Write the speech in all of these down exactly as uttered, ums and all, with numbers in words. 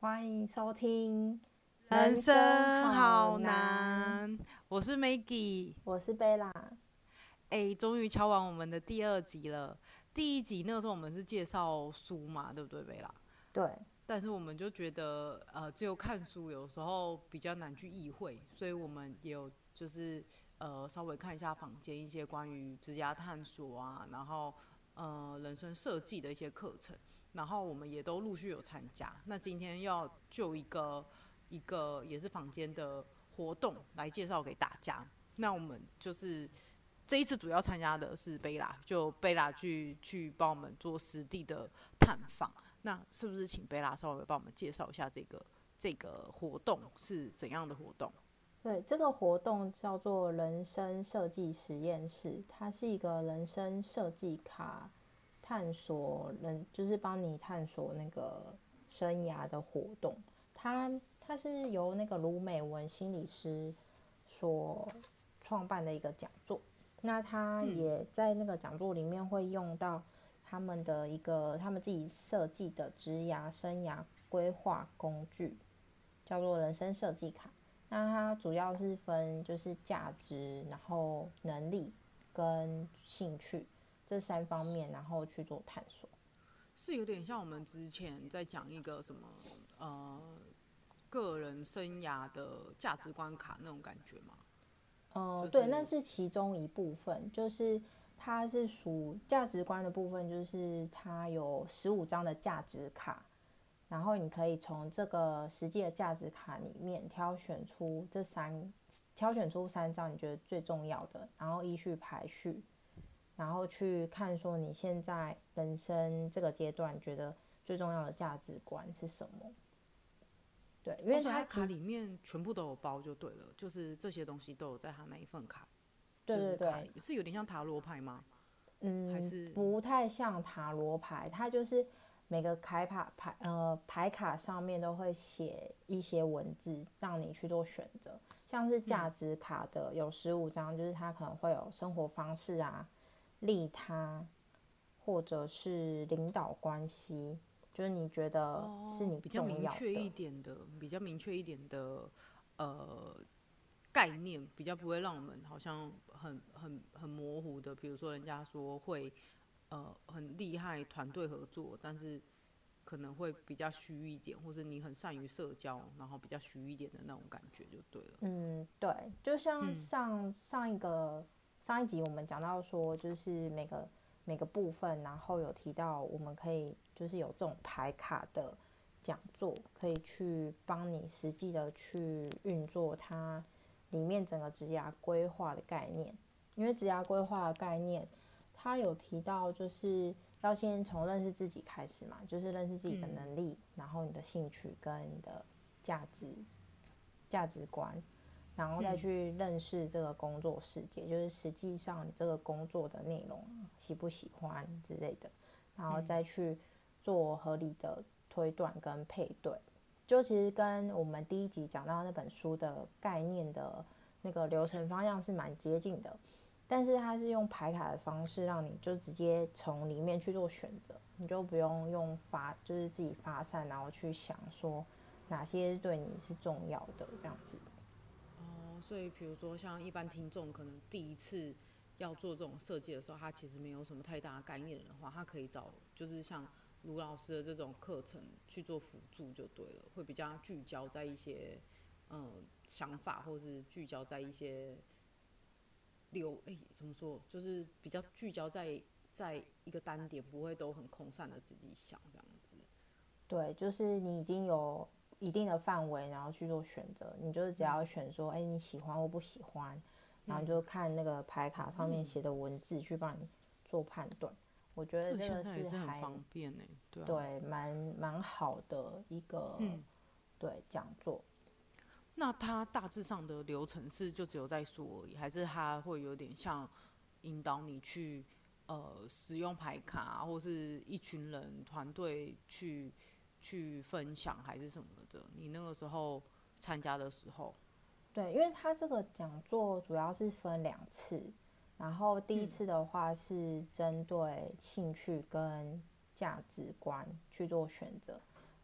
欢迎收听人生好难，我是 Maggie， 我是贝拉。 哎，终于敲完我们的第二集了。第一集那个时候我们是介绍书嘛，对不对，贝拉？ 对。 但是我们就觉得，呃，只有看书有时候比较难去意会，所以我们也有就是呃稍微看一下坊间一些关于职涯探索啊，然后呃人生设计的一些课程，然后我们也都陆续有参加。那今天要就一个一个也是坊间的活动来介绍给大家。那我们就是这一次主要参加的是贝拉，就贝拉去去帮我们做实地的探访。那是不是请贝拉稍微帮我们介绍一下这个这个活动是怎样的活动？ 对，这个活动叫做人生设计实验室，它是一个人生设计卡探索人，就是帮你探索那个生涯的活动。它它是由那个卢美文心理师所创办的一个讲座。那他也在那个讲座里面会用到他们的一个他们自己设计的职涯生涯规划工具，叫做人生设计卡。那它主要是分就是价值，然后能力跟兴趣这三方面，然后去做探索。 是有点像我们之前在讲一个什么呃个人生涯的价值观卡那种感觉吗？ 呃， 就是、 对，那是其中一部分，就是它是属价值观的部分，就是它有十五张的价值卡，然后你可以从这个实际的价值卡里面挑选出这三，挑选出三张你觉得最重要的，然后依序排序，然后去看说你现在人生这个阶段觉得最重要的价值观是什么。对，因为它、 哦、卡里面全部都有包就对了，就是这些东西都有在他那一份卡。 对对对， 就是、是有点像塔罗牌吗？ 嗯， 还是不太像塔罗牌，它就是每个牌卡牌呃牌卡上面都会写一些文字，让你去做选择。像是价值卡的有十五张，就是它可能会有生活方式啊、利他，或者是领导关系，就是你觉得是你哦比较重要明确一的。 点的，比较明确一点的呃概念，比较不会让我们好像很很很模糊的。比如说人家说会呃很厉害团队合作，但是可能会比较虚一点，或者你很善于社交，然后比较虚一点的那种感觉就对了。 嗯，对，就像上、嗯、上一个上一集我们讲到说，就是每个每个部分，然后有提到我们可以就是有这种牌卡的讲座，可以去帮你实际的去运作它里面整个职涯规划的概念。因为职涯规划的概念，它有提到就是要先从认识自己开始嘛，就是认识自己的能力，嗯、然后你的兴趣跟你的价值价值观。然后再去认识这个工作世界，嗯、就是实际上你这个工作的内容喜不喜欢之类的，然后再去做合理的推断跟配对。就其实跟我们第一集讲到那本书的概念的那个流程方向是蛮接近的，但是它是用牌卡的方式，让你就直接从里面去做选择，你就不用用发就是自己发散，然后去想说哪些对你是重要的这样子。 哦，所以比如说像一般听众可能第一次要做这种设计的时候，他其实没有什么太大的概念的话，他可以找就是像卢老师的这种课程去做辅助就对了，会比较聚焦在一些嗯想法，或是聚焦在一些流哎怎么说，就是比较聚焦在在一个单点，不会都很空散的自己想这样子。 对，就是你已经有一定的范围，然后去做选择，你就是只要选说，哎、嗯，你喜欢或不喜欢，然后就看那个牌卡上面写的文字去帮你做判断。我觉得这个是还这也是很方便哎、欸，对啊， 对，蛮蛮好的一个、嗯、对讲座。 那它大致上的流程是就只有在说而已，还是它会有点像引导你去呃使用牌卡、啊，或是一群人团队去去分享，还是什么的？你那个时候参加的时候， 对，因为它这个讲座主要是分两次，然后第一次的话是针对兴趣跟价值观去做选择，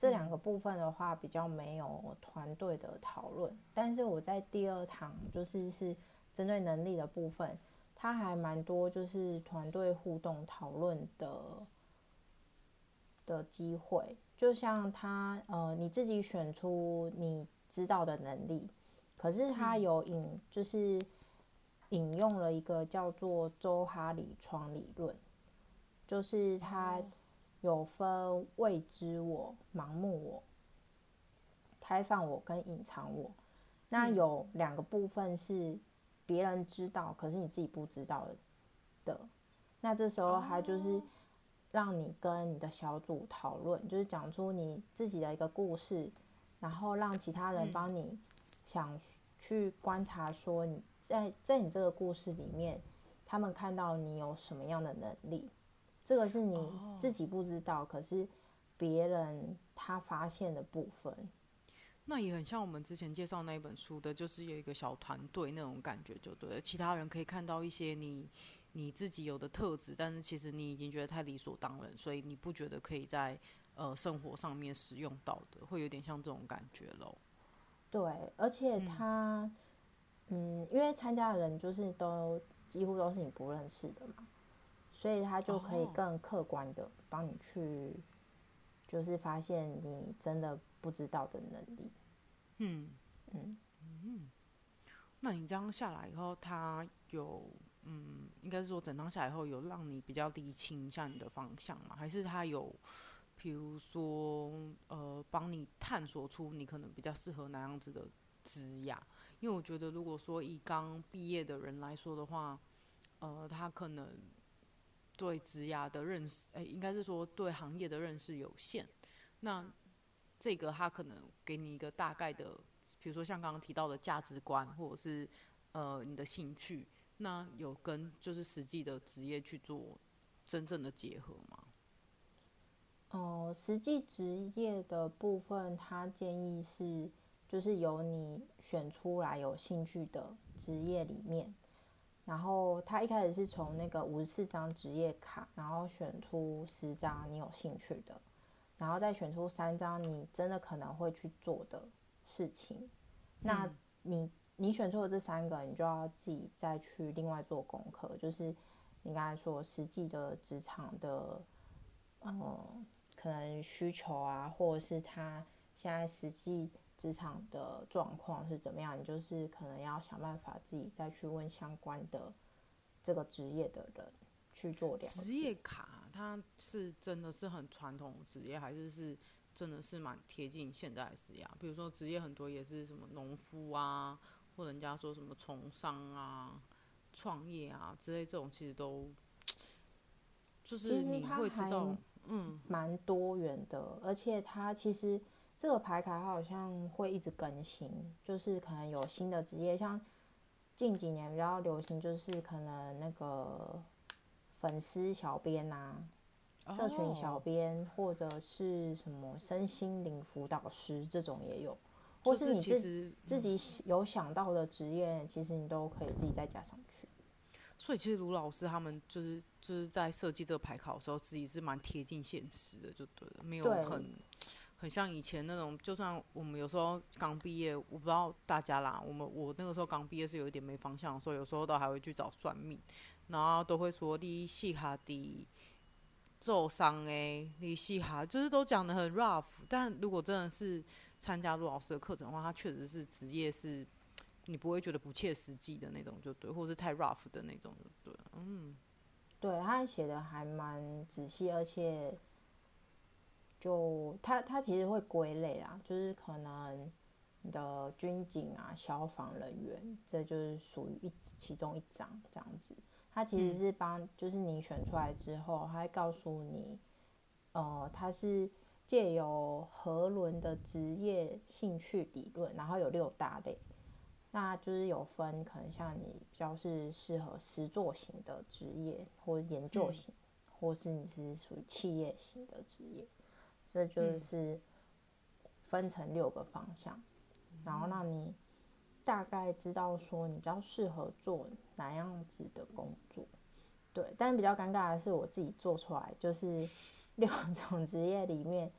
这两个部分的话比较没有团队的讨论，但是我在第二堂就是是针对能力的部分，它还蛮多就是团队互动讨论的的机会，就像他呃你自己选出你知道的能力，可是他有引就是引用了一个叫做周哈里窗理论，就是他有分未知我、盲目我、开放我跟隐藏我。那有两个部分是别人知道，可是你自己不知道的。那这时候他就是让你跟你的小组讨论，就是讲出你自己的一个故事，然后让其他人帮你想去观察，说你在在你这个故事里面，他们看到你有什么样的能力。这个是你自己不知道，可是别人他发现的部分。 那也很像我们之前介绍那一本书的，就是有一个小团队那种感觉就对了，其他人可以看到一些你你自己有的特质，但是其实你已经觉得太理所当然，所以你不觉得可以在呃生活上面使用到的，会有点像这种感觉咯。 对，而且他 嗯, 嗯因为参加的人就是都几乎都是你不认识的嘛，所以他就可以更客观的帮你去就是发现你真的不知道的能力。 嗯嗯嗯，那你这样下来以后，他有嗯，应该是说整趟下来以后有让你比较理清一下你的方向吗？还是他有比如说呃，帮你探索出你可能比较适合哪样子的职涯？因为我觉得如果说以刚毕业的人来说的话，呃，他可能对职涯的认识，哎，应该是说对行业的认识有限。那这个他可能给你一个大概的，比如说像刚刚提到的价值观，或者是呃你的兴趣，那有跟就是实际的职业去做真正的结合吗？ 哦、实际职业的部分，他建议是就是由你选出来有兴趣的职业里面，然后他一开始是从那个五十四张职业卡，然后选出十张你有兴趣的，然后再选出三张你真的可能会去做的事情。那你你选出的这三个，你就要自己再去另外做功课，就是你刚才说实际的职场的，嗯，可能需求啊，或者是他现在实际职场的状况是怎么样，你就是可能要想办法自己再去问相关的这个职业的人去做了职解。 业卡它是真的是很传统的职业，还是是真的是蛮贴近现代的职业？比如说职业很多也是什么农夫啊，或人家说什么从商啊、创业啊之类，这种其实都就其实是你它还会知道，嗯， 蛮多元的，而且它其实这个牌卡它好像会一直更新，就是可能有新的职业，像近几年比较流行，就是可能那个粉丝小编啊、社群小哦， 编，或者是什么身心灵辅导师这种也有，或就是是你自其实自己有想到的职业，其实你都可以自己再加上去。 所以其实卢老师他们就是就是在设计这个牌考的时候，自己是蛮贴近现实的，就对了，没有对， 很很像以前那种，就算我们有时候刚毕业，我不知道大家啦，我们我那个时候刚毕业是有一点没方向的时候，有时候都还会去找算命，然后都会说你细卡的受伤诶，你细卡就是都讲的很 rough，但如果真的是参加陆老师的课程的话，他确实是职业是你不会觉得不切实际的那种，就对，或是太 rough 的那种，就对，嗯。 对，他写的还蛮仔细，而且就他他其实会归类啦，就是可能你的军警啊、消防人员，这就是属于一其中一章这样子。他其实是帮，就是你选出来之后，他会告诉你，呃，他是借由河伦的职业兴趣理论，然后有六大类，那就是有分可能像你比较是适合实作型的职业，或研究型，或是你是属于企业型的职业。这就是分成六个方向，然后让你大概知道说你比较适合做哪样子的工作。对，但是比较尴尬的是我自己做出来，就是六种职业里面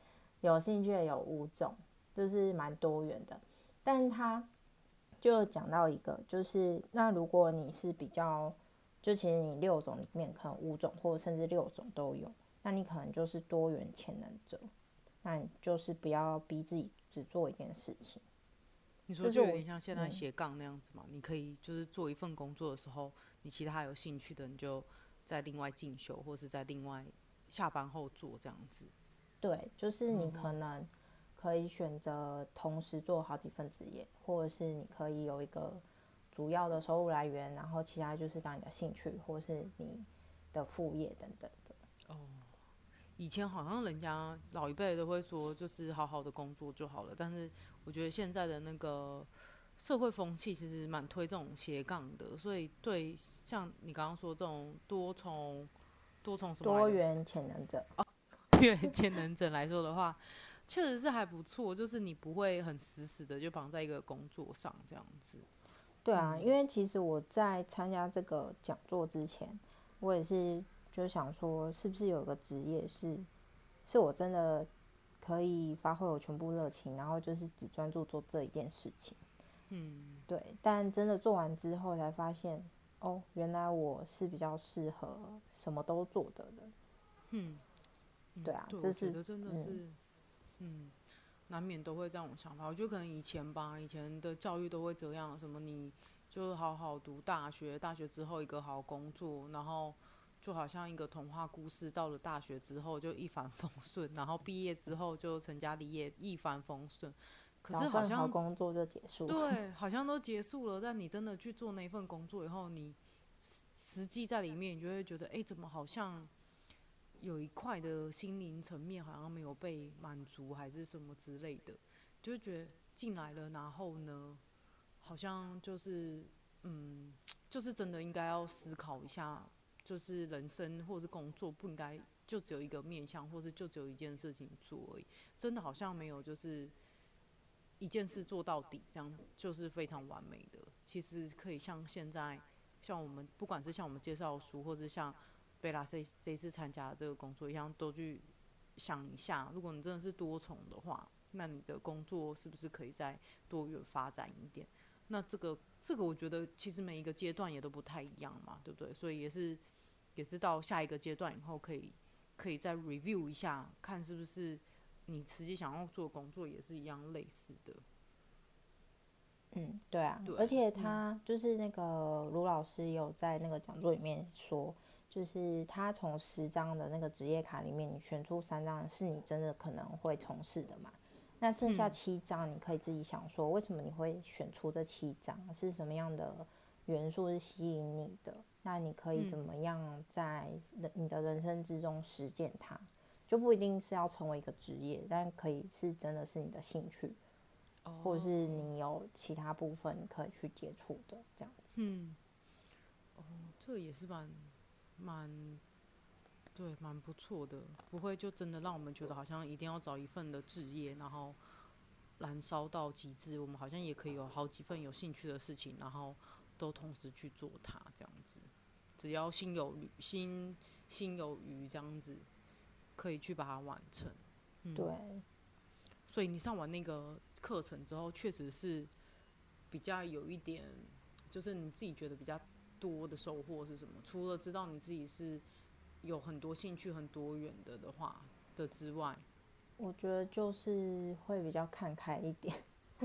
有兴趣的有五种，就是蛮多元的。但他就讲到一个，就是那如果你是比较，就其实你六种里面可能五种或者甚至六种都有，那你可能就是多元潜能者。那你就是不要逼自己只做一件事情。 你说就有点像现在斜杠那样子嘛、嗯？你可以就是做一份工作的时候，你其他有兴趣的，你就在另外进修，或是在另外下班后做这样子。 对，就是你可能可以选择同时做好几份职业，或者是你可以有一个主要的收入来源，然后其他就是当你的兴趣或是你的副业等等的。 哦，以前好像人家老一辈都会说，就是好好的工作就好了，但是我觉得现在的那个社会风气其实蛮推这种斜杠的，所以对像你刚刚说这种多重多重什么多元潜能者哦，多元潜能者来说的话，确实是还不错，就是你不会很死死的就绑在一个工作上这样子。 对啊、嗯，因为其实我在参加这个讲座之前，我也是就想说，是不是有个职业是是我真的可以发挥我全部热情，然后就是只专注做这一件事情。 嗯， 对。但真的做完之后才发现，哦，原来我是比较适合什么都做的人。 嗯， 对啊， 对， 这是我觉得真的是，嗯。嗯难免都会这种想法，我觉得可能以前吧，以前的教育都会这样，什么你就好好读大学，大学之后一个好工作，然后就好像一个童话故事，到了大学之后就一帆风顺，然后毕业之后就成家立业，一帆风顺。可是好像好工作就结束了， 对，好像都结束了。但你真的去做那份工作以后，你实际在里面，你就会觉得，哎，怎么好像有一块的心灵层面好像没有被满足，还是什么之类的，就觉得进来了，然后呢，好像就是嗯，就是真的应该要思考一下，就是人生或是工作不应该就只有一个面向，或是就只有一件事情做而已，真的好像没有就是一件事做到底，这样就是非常完美的。其实可以像现在，像我们不管是像我们介绍的书，或是像贝拉这这一次参加的这个工作一样，都去想一下，如果你真的是多重的话，那你的工作是不是可以再多元发展一点？那这个这个，我觉得其实每一个阶段也都不太一样嘛，对不对？所以也是也是到下一个阶段以后，可以可以再 review 一下，看是不是你实际想要做的工作也是一样类似的。 嗯，对啊， 对， 而且他就是那个卢老师有在那个讲座里面说，就是他从十张的那个职业卡里面，你选出三张是你真的可能会从事的嘛？那剩下七张，你可以自己想说，为什么你会选出这七张？是什么样的元素是吸引你的？那你可以怎么样在你的人生之中实践它？就不一定是要成为一个职业，但可以是真的是你的兴趣。或者是你有其他部分可以去接触的这样子。 嗯，哦，这也是蛮蛮对，蛮不错的，不会就真的让我们觉得好像一定要找一份的志业，然后燃烧到极致。我们好像也可以有好几份有兴趣的事情，然后都同时去做它，这样子。只要心有余，心心有余，这样子可以去把它完成。嗯， 对。 所以你上完那个课程之后，确实是比较有一点，就是你自己觉得比较多的收获是什么？除了知道你自己是有很多兴趣很多元的的话的之外， 我觉得就是会比较看开一点，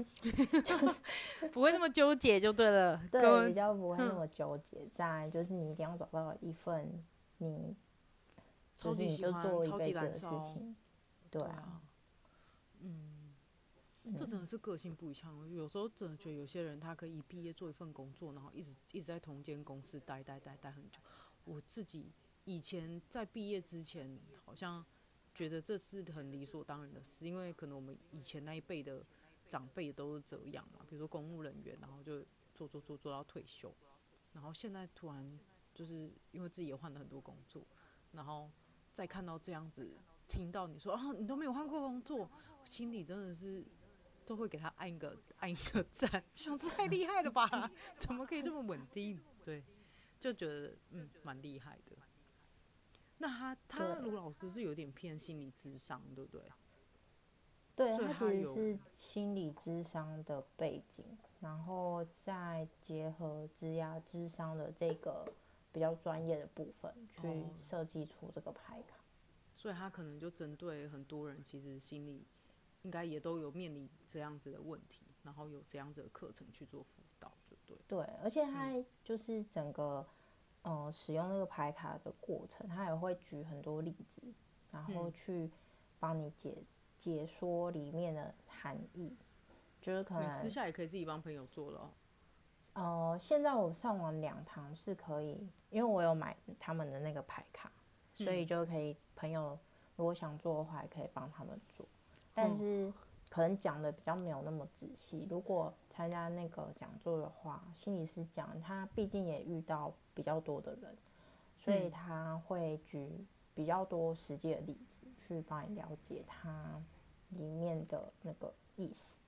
不会那么纠结就对了。 对，比较不会那么纠结。再来就是你一定要找到一份你超级喜欢、 就是、 超级燃烧， 对啊， 嗯，这真的是个性不一样。有时候真的觉得有些人他可以一毕业做一份工作，然后一直一直在同间公司待待待待很久。我自己以前在毕业之前，好像觉得这是很理所当然的事，因为可能我们以前那一辈的长辈都是这样嘛，比如说公务人员，然后就做做做做到退休，然后现在突然就是因为自己也换了很多工作，然后再看到这样子，听到你说啊，你都没有换过工作，心里真的是都会给他按一个按一个赞，就想这太厉害了吧，怎么可以这么稳定？对，就觉得嗯蛮厉害的。那他他卢老师是有点偏心理智商，对不对？ 对， 所以它其实他有是心理咨商的背景，然后再结合职涯咨商的这个比较专业的部分，去哦， 设计出这个牌卡。 所以他可能就针对很多人，其实心里应该也都有面临这样子的问题，然后有这样子的课程去做辅导，就对。 对，而且它就是整个、嗯、呃使用那个牌卡的过程，它也会举很多例子，然后去帮你解解说里面的含义。就是可你私能下也可以自己帮朋友做了、哦。 呃，现在我上完两堂是可以，因为我有买他们的那个牌卡，所以就可以朋友如果想做的话，也可以帮他们做。但是可能讲的比较没有那么仔细。如果参加那个讲座的话，心理师讲他毕竟也遇到比较多的人，所以他会举比较多实际的例子去帮你了解它里面的那个意思。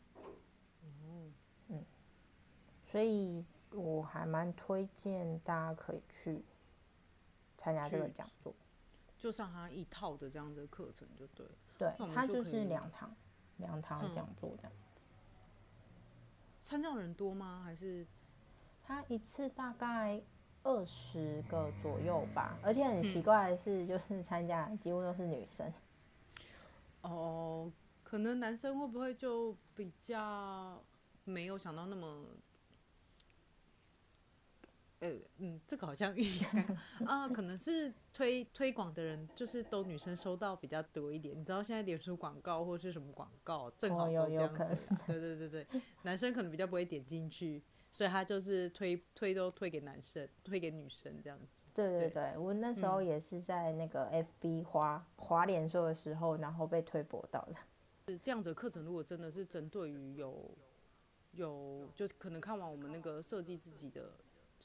嗯，所以我还蛮推荐大家可以去参加这个讲座。 就上他一套的这样的课程就对了。 对， 那我们它就就可以是两堂两堂讲座这样。 参加人多吗？还是它一次大概二十个左右吧，而且很奇怪的是，就是参加几乎都是女生。 哦，可能男生会不会就比较没有想到那么，呃嗯，这个好像刚刚啊，可能是推推广的人就是都女生收到比较多一点。你知道现在脸书广告或是什么广告，正好都这样子、啊哦、对对对对，男生可能比较不会点进去，所以他就是推推都推给男生，推给女生这样子。 对对对，我那时候也是在那个 F B 滑滑脸书的时候，然后被推播到的。 这样子的课程，如果真的是针对于有有，就是可能看完我们那个设计自己的，就是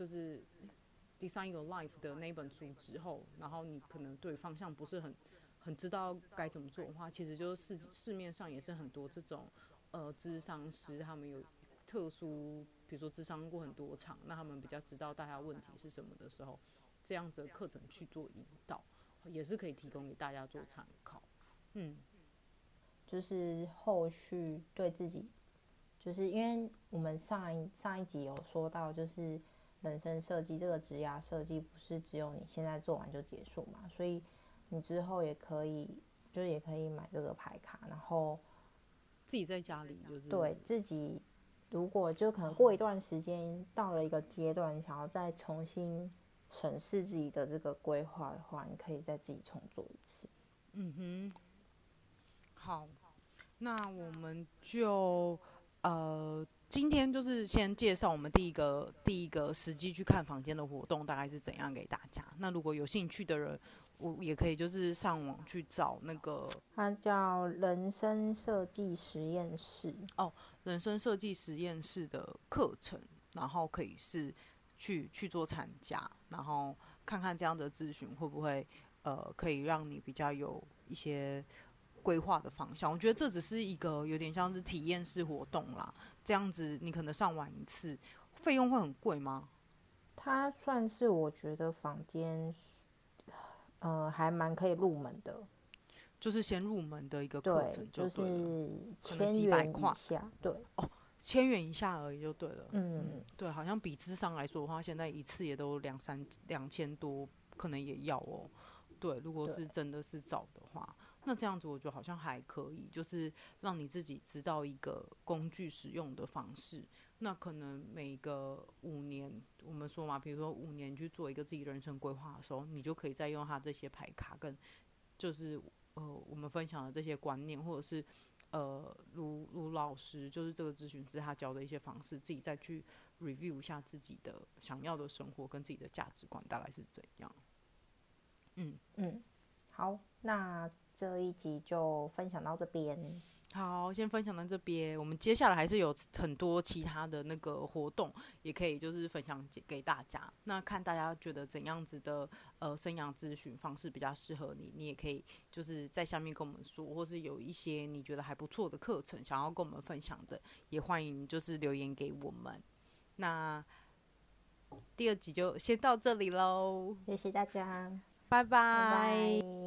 Design Your Life 的那一本书之后，然后你可能对方向不是很很知道该怎么做的话，其实就是市市面上也是很多这种呃諮商师，他们有特殊，比如说諮商过很多场，那他们比较知道大家问题是什么的时候，这样子的课程去做引导，也是可以提供给大家做参考。嗯。 就是后续对自己，就是因为我们上一上一集有说到，就是人生设计这个职涯设计不是只有你现在做完就结束嘛，所以你之后也可以，就是也可以买这个牌卡，然后自己在家里就是对自己，如果就可能过一段时间到了一个阶段，想要再重新审视自己的这个规划的话，你可以再自己重做一次。 嗯哼。好，那我们就呃，今天就是先介绍我们第一个第一个实际去看房间的活动大概是怎样给大家。那如果有兴趣的人，我也可以就是上网去找那个， 它叫人生设计实验室哦，人生设计实验室的课程，然后可以是去去做参加，然后看看这样的咨询会不会呃可以让你比较有一些规划的方向。我觉得这只是一个有点像是体验式活动啦，这样子你可能上完一次，费用会很贵吗？ 它算是我觉得房间，呃，还蛮可以入门的， 就是先入门的一个课程就对了， 就是千元以下，对， 哦，千元以下而已就对了。 嗯， 嗯对，好像比諮商来说的话，现在一次也都两三两千多，可能也要哦。对，如果是真的是找的话，那这样子我觉得好像还可以，就是让你自己知道一个工具使用的方式。那可能每个五年，我们说嘛，比如说五年去做一个自己人生规划的时候，你就可以再用它这些牌卡跟就是呃我们分享的这些观念，或者是呃卢卢老师就是这个咨询师他教的一些方式，自己再去 review 一下自己的想要的生活跟自己的价值观大概是怎样。嗯嗯，好，那这一集就分享到这边。 好，先分享到这边。我们接下来还是有很多其他的那个活动，也可以就是分享给大家。那看大家觉得怎样子的呃生涯咨询方式比较适合你，你也可以就是在下面跟我们说，或是有一些你觉得还不错的课程想要跟我们分享的，也欢迎就是留言给我们。那第二集就先到这里喽， 谢谢大家， 拜拜。 拜拜。